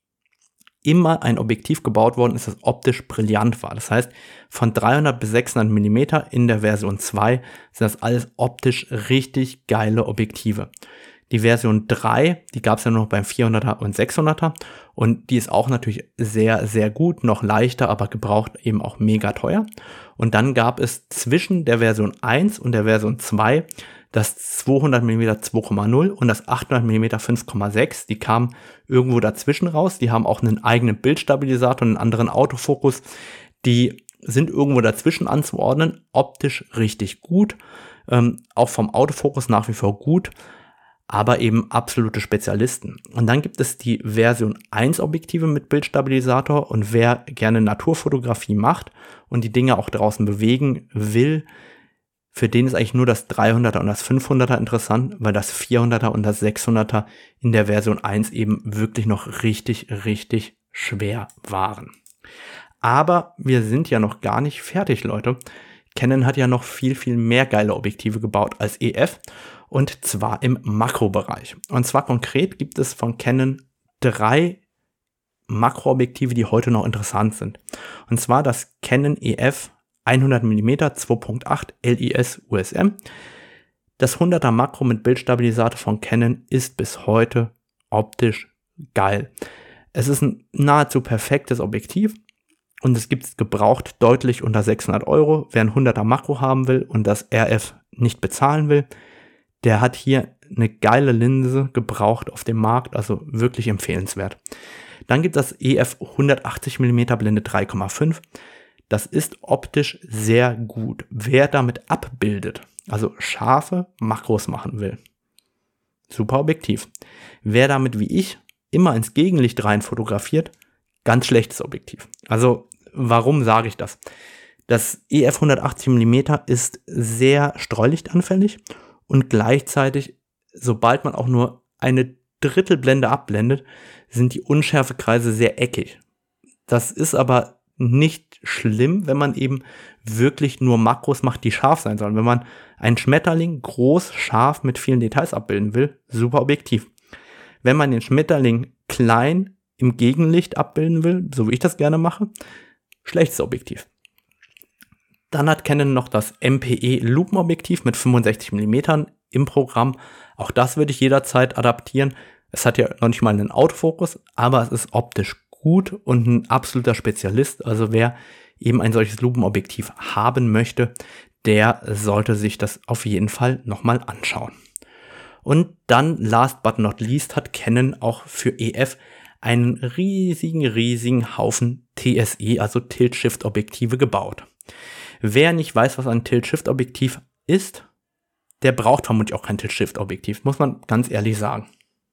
immer ein Objektiv gebaut worden ist, das optisch brillant war. Das heißt, von dreihundert bis sechshundert Millimeter in der Version zwei sind das alles optisch richtig geile Objektive. Die Version drei, die gab es ja noch beim vierhunderter und sechshunderter und die ist auch natürlich sehr, sehr gut, noch leichter, aber gebraucht eben auch mega teuer. Und dann gab es zwischen der Version eins und der Version zwei das zweihundert Millimeter zwei Komma null und das achthundert Millimeter fünf Komma sechs, die kamen irgendwo dazwischen raus, die haben auch einen eigenen Bildstabilisator und einen anderen Autofokus, die sind irgendwo dazwischen anzuordnen, optisch richtig gut, ähm, auch vom Autofokus nach wie vor gut, aber eben absolute Spezialisten. Und dann gibt es die Version eins Objektive mit Bildstabilisator und wer gerne Naturfotografie macht und die Dinge auch draußen bewegen will, für den ist eigentlich nur das dreihunderter und das fünfhunderter interessant, weil das vierhunderter und das sechshunderter in der Version eins eben wirklich noch richtig, richtig schwer waren. Aber wir sind ja noch gar nicht fertig, Leute. Canon hat ja noch viel, viel mehr geile Objektive gebaut als E F und zwar im Makrobereich. Und zwar konkret gibt es von Canon drei Makroobjektive, die heute noch interessant sind. Und zwar das Canon E F hundert Millimeter zwei Komma acht L I S U S M. Das hunderter Makro mit Bildstabilisator von Canon ist bis heute optisch geil. Es ist ein nahezu perfektes Objektiv und es gibt es gebraucht deutlich unter sechshundert Euro. Wer ein hunderter Makro haben will und das R F nicht bezahlen will, der hat hier eine geile Linse gebraucht auf dem Markt, also wirklich empfehlenswert. Dann gibt es das E F hundertachtzig Millimeter Blende drei Komma fünf. Das ist optisch sehr gut. Wer damit abbildet, also scharfe Makros machen will, super Objektiv. Wer damit wie ich immer ins Gegenlicht rein fotografiert, ganz schlechtes Objektiv. Also warum sage ich das? Das E F hundertachtzig Millimeter ist sehr streulichtanfällig und gleichzeitig, sobald man auch nur eine Drittelblende abblendet, sind die Unschärfekreise sehr eckig. Das ist aber nicht schlimm, wenn man eben wirklich nur Makros macht, die scharf sein sollen. Wenn man einen Schmetterling groß, scharf mit vielen Details abbilden will, super Objektiv. Wenn man den Schmetterling klein im Gegenlicht abbilden will, so wie ich das gerne mache, schlechtes Objektiv. Dann hat Canon noch das M P E Lupenobjektiv mit fünfundsechzig Millimeter im Programm. Auch das würde ich jederzeit adaptieren. Es hat ja noch nicht mal einen Autofokus, aber es ist optisch gut und ein absoluter Spezialist. Also wer eben ein solches Lupenobjektiv haben möchte, der sollte sich das auf jeden Fall nochmal anschauen. Und dann, last but not least, hat Canon auch für E F einen riesigen, riesigen Haufen T S E, also Tilt-Shift-Objektive gebaut. Wer nicht weiß, was ein Tilt-Shift-Objektiv ist, der braucht vermutlich auch kein Tilt-Shift-Objektiv, muss man ganz ehrlich sagen.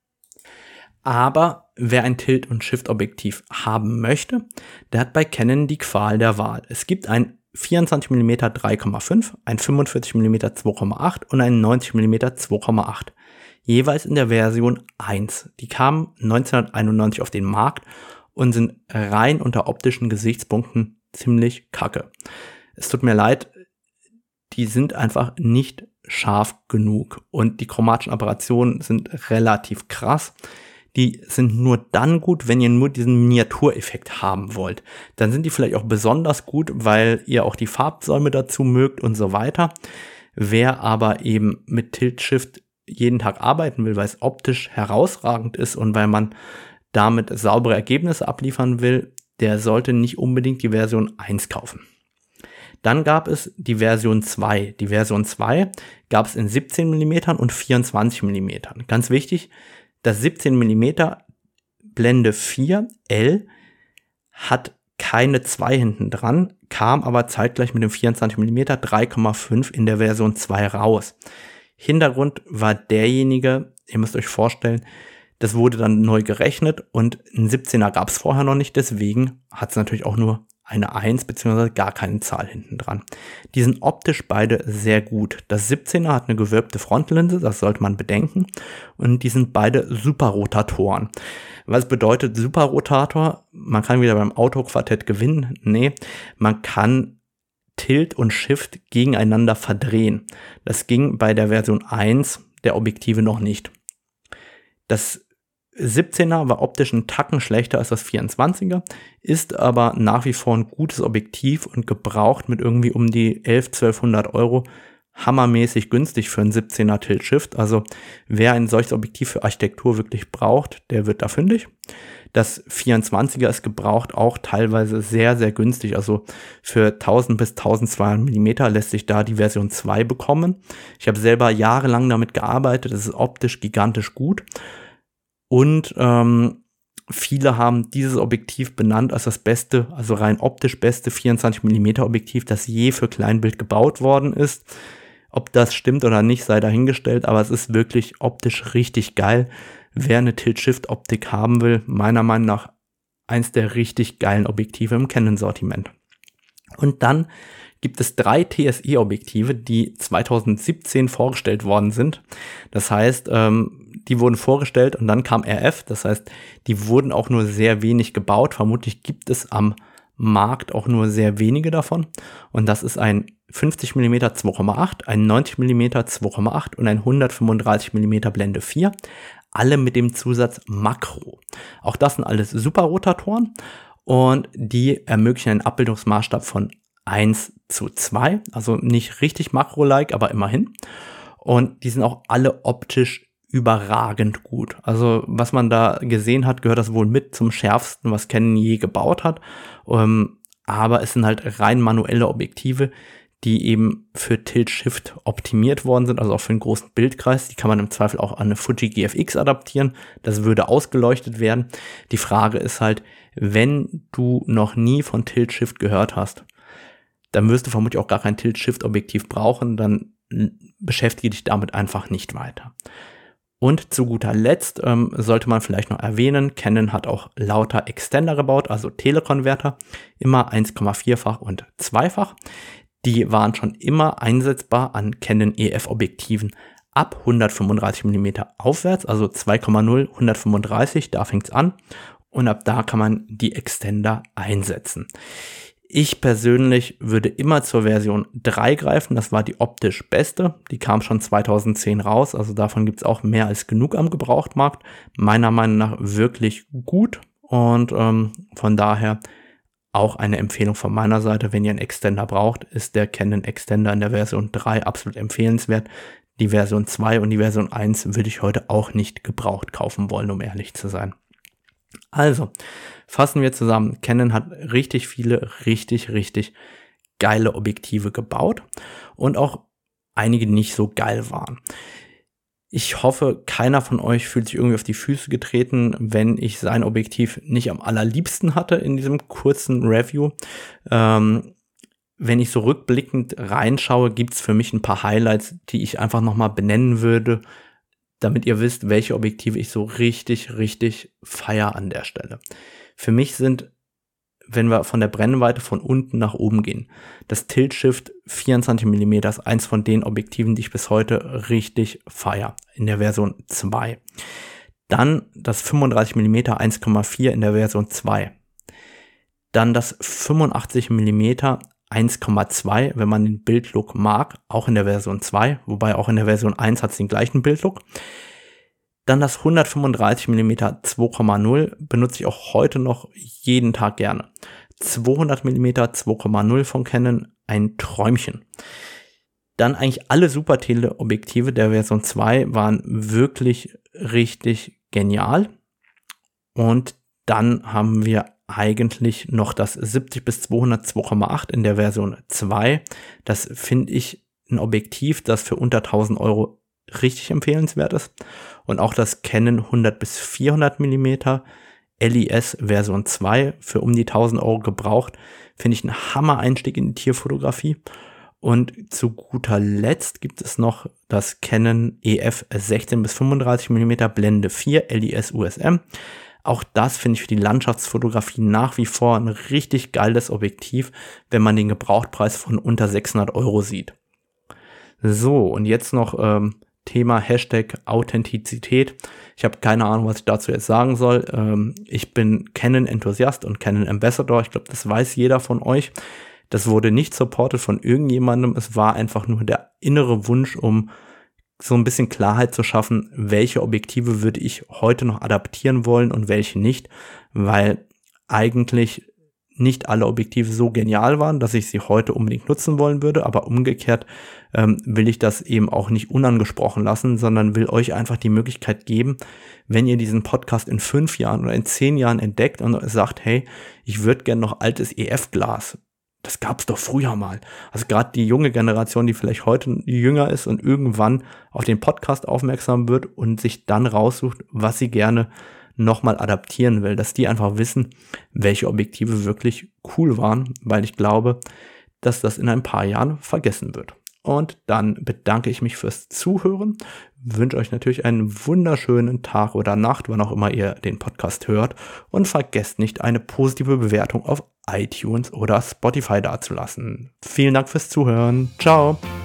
Aber wer ein Tilt- und Shift-Objektiv haben möchte, der hat bei Canon die Qual der Wahl. Es gibt ein vierundzwanzig Millimeter drei Komma fünf, ein fünfundvierzig Millimeter zwei Komma acht und ein neunzig Millimeter zwei Komma acht. Jeweils in der Version eins. Die kamen neunzehnhunderteinundneunzig auf den Markt und sind rein unter optischen Gesichtspunkten ziemlich kacke. Es tut mir leid, die sind einfach nicht scharf genug und die chromatischen Apparationen sind relativ krass. Die sind nur dann gut, wenn ihr nur diesen Miniatureffekt haben wollt. Dann sind die vielleicht auch besonders gut, weil ihr auch die Farbsäume dazu mögt und so weiter. Wer aber eben mit Tilt-Shift jeden Tag arbeiten will, weil es optisch herausragend ist und weil man damit saubere Ergebnisse abliefern will, der sollte nicht unbedingt die Version eins kaufen. Dann gab es die Version zwei. Die Version zwei gab es in siebzehn Millimeter und vierundzwanzig Millimeter. Ganz wichtig, das siebzehn Millimeter Blende vier L hat keine zwei hinten dran, kam aber zeitgleich mit dem vierundzwanzig Millimeter drei Komma fünf in der Version zwei raus. Hintergrund war derjenige, ihr müsst euch vorstellen, das wurde dann neu gerechnet und ein siebzehner gab es vorher noch nicht, deswegen hat es natürlich auch nur eine eins bzw. gar keine Zahl hinten dran. Die sind optisch beide sehr gut. Das siebzehner hat eine gewölbte Frontlinse, das sollte man bedenken. Und die sind beide Superrotatoren. Was bedeutet Superrotator? Man kann wieder beim Autoquartett gewinnen. Nee, man kann Tilt und Shift gegeneinander verdrehen. Das ging bei der Version eins der Objektive noch nicht. Das siebzehner war optisch einen Tacken schlechter als das vierundzwanziger, ist aber nach wie vor ein gutes Objektiv und gebraucht mit irgendwie um die elf, zwölfhundert Euro. Hammermäßig günstig für einen siebzehner Tilt-Shift. Also wer ein solches Objektiv für Architektur wirklich braucht, der wird da fündig. Das vierundzwanziger ist gebraucht auch teilweise sehr, sehr günstig. Also für tausend bis tausendzweihundert Millimeter lässt sich da die Version zwei bekommen. Ich habe selber jahrelang damit gearbeitet. Es ist optisch gigantisch gut. Und ähm, viele haben dieses Objektiv benannt als das beste, also rein optisch beste vierundzwanzig Millimeter Objektiv, das je für Kleinbild gebaut worden ist. Ob das stimmt oder nicht, sei dahingestellt, aber es ist wirklich optisch richtig geil. Wer eine Tilt-Shift-Optik haben will, meiner Meinung nach eins der richtig geilen Objektive im Canon-Sortiment. Und dann gibt es drei T S E-Objektive, die zweitausendsiebzehn vorgestellt worden sind. Das heißt, ähm, die wurden vorgestellt und dann kam R F. Das heißt, die wurden auch nur sehr wenig gebaut. Vermutlich gibt es am Markt auch nur sehr wenige davon. Und das ist ein fünfzig Millimeter zwei Komma acht, ein neunzig Millimeter zwei Komma acht und ein hundertfünfunddreißig Millimeter Blende vier. Alle mit dem Zusatz Makro. Auch das sind alles Superrotatoren und die ermöglichen einen Abbildungsmaßstab von eins zu zwei, also nicht richtig Makro-like, aber immerhin. Und die sind auch alle optisch überragend gut. Also was man da gesehen hat, gehört das wohl mit zum schärfsten, was Canon je gebaut hat. Ähm, aber es sind halt rein manuelle Objektive, die eben für Tilt-Shift optimiert worden sind, also auch für einen großen Bildkreis. Die kann man im Zweifel auch an eine Fuji G F X adaptieren. Das würde ausgeleuchtet werden. Die Frage ist halt, wenn du noch nie von Tilt-Shift gehört hast, dann wirst du vermutlich auch gar kein Tilt-Shift-Objektiv brauchen. Dann beschäftige dich damit einfach nicht weiter. Und zu guter Letzt ähm, sollte man vielleicht noch erwähnen, Canon hat auch lauter Extender gebaut, also Telekonverter, immer eins Komma vier-fach und zweifach. Die waren schon immer einsetzbar an Canon E F-Objektiven ab hundertfünfunddreißig Millimeter aufwärts, also zwei Komma null, hundertfünfunddreißig, da fängt's an. Und ab da kann man die Extender einsetzen. Ich persönlich würde immer zur Version drei greifen, das war die optisch beste, die kam schon zweitausendzehn raus, also davon gibt es auch mehr als genug am Gebrauchtmarkt, meiner Meinung nach wirklich gut und ähm, von daher auch eine Empfehlung von meiner Seite, wenn ihr einen Extender braucht, ist der Canon Extender in der Version drei absolut empfehlenswert. Die Version zwei und die Version eins würde ich heute auch nicht gebraucht kaufen wollen, um ehrlich zu sein. Also, fassen wir zusammen. Canon hat richtig viele, richtig, richtig geile Objektive gebaut und auch einige, die nicht so geil waren. Ich hoffe, keiner von euch fühlt sich irgendwie auf die Füße getreten, wenn ich sein Objektiv nicht am allerliebsten hatte in diesem kurzen Review. Ähm, wenn ich so rückblickend reinschaue, gibt es für mich ein paar Highlights, die ich einfach nochmal benennen würde, damit ihr wisst, welche Objektive ich so richtig, richtig feier an der Stelle. Für mich sind, wenn wir von der Brennweite von unten nach oben gehen, das Tilt-Shift vierundzwanzig Millimeter ist eins von den Objektiven, die ich bis heute richtig feier, in der Version zwei. Dann das fünfunddreißig Millimeter eins Komma vier in der Version zwei. Dann das fünfundachtzig Millimeter eins Komma zwei, wenn man den Bildlook mag, auch in der Version zwei, wobei auch in der Version eins hat es den gleichen Bildlook. Dann das hundertfünfunddreißig Millimeter zwei Komma null benutze ich auch heute noch jeden Tag gerne. zweihundert Millimeter zwei Komma null von Canon, ein Träumchen. Dann eigentlich alle Super-Tele-Objektive der Version zwei waren wirklich richtig genial. Und dann haben wir eigentlich noch das siebzig bis zweihundert zwei Komma acht in der Version zwei. Das finde ich ein Objektiv, das für unter tausend Euro richtig empfehlenswert ist. Und auch das Canon hundert bis vierhundert Millimeter L I S Version zwei für um die tausend Euro gebraucht, finde ich ein Hammer-Einstieg in die Tierfotografie. Und zu guter Letzt gibt es noch das Canon E F sechzehn bis fünfunddreißig Millimeter Blende vier L I S U S M. Auch das finde ich für die Landschaftsfotografie nach wie vor ein richtig geiles Objektiv, wenn man den Gebrauchtpreis von unter sechshundert Euro sieht. So, und jetzt noch ähm, Thema Hashtag Authentizität. Ich habe keine Ahnung, was ich dazu jetzt sagen soll. Ähm, ich bin Canon-Enthusiast und Canon-Ambassador. Ich glaube, das weiß jeder von euch. Das wurde nicht supported von irgendjemandem. Es war einfach nur der innere Wunsch, um so ein bisschen Klarheit zu schaffen, welche Objektive würde ich heute noch adaptieren wollen und welche nicht, weil eigentlich nicht alle Objektive so genial waren, dass ich sie heute unbedingt nutzen wollen würde, aber umgekehrt ähm, will ich das eben auch nicht unangesprochen lassen, sondern will euch einfach die Möglichkeit geben, wenn ihr diesen Podcast in fünf Jahren oder in zehn Jahren entdeckt und sagt, hey, ich würde gerne noch altes E F-Glas. Das gab's doch früher mal. Also gerade die junge Generation, die vielleicht heute jünger ist und irgendwann auf den Podcast aufmerksam wird und sich dann raussucht, was sie gerne nochmal adaptieren will, dass die einfach wissen, welche Objektive wirklich cool waren, weil ich glaube, dass das in ein paar Jahren vergessen wird. Und dann bedanke ich mich fürs Zuhören, wünsche euch natürlich einen wunderschönen Tag oder Nacht, wann auch immer ihr den Podcast hört, und vergesst nicht, eine positive Bewertung auf iTunes oder Spotify dazulassen. Vielen Dank fürs Zuhören. Ciao.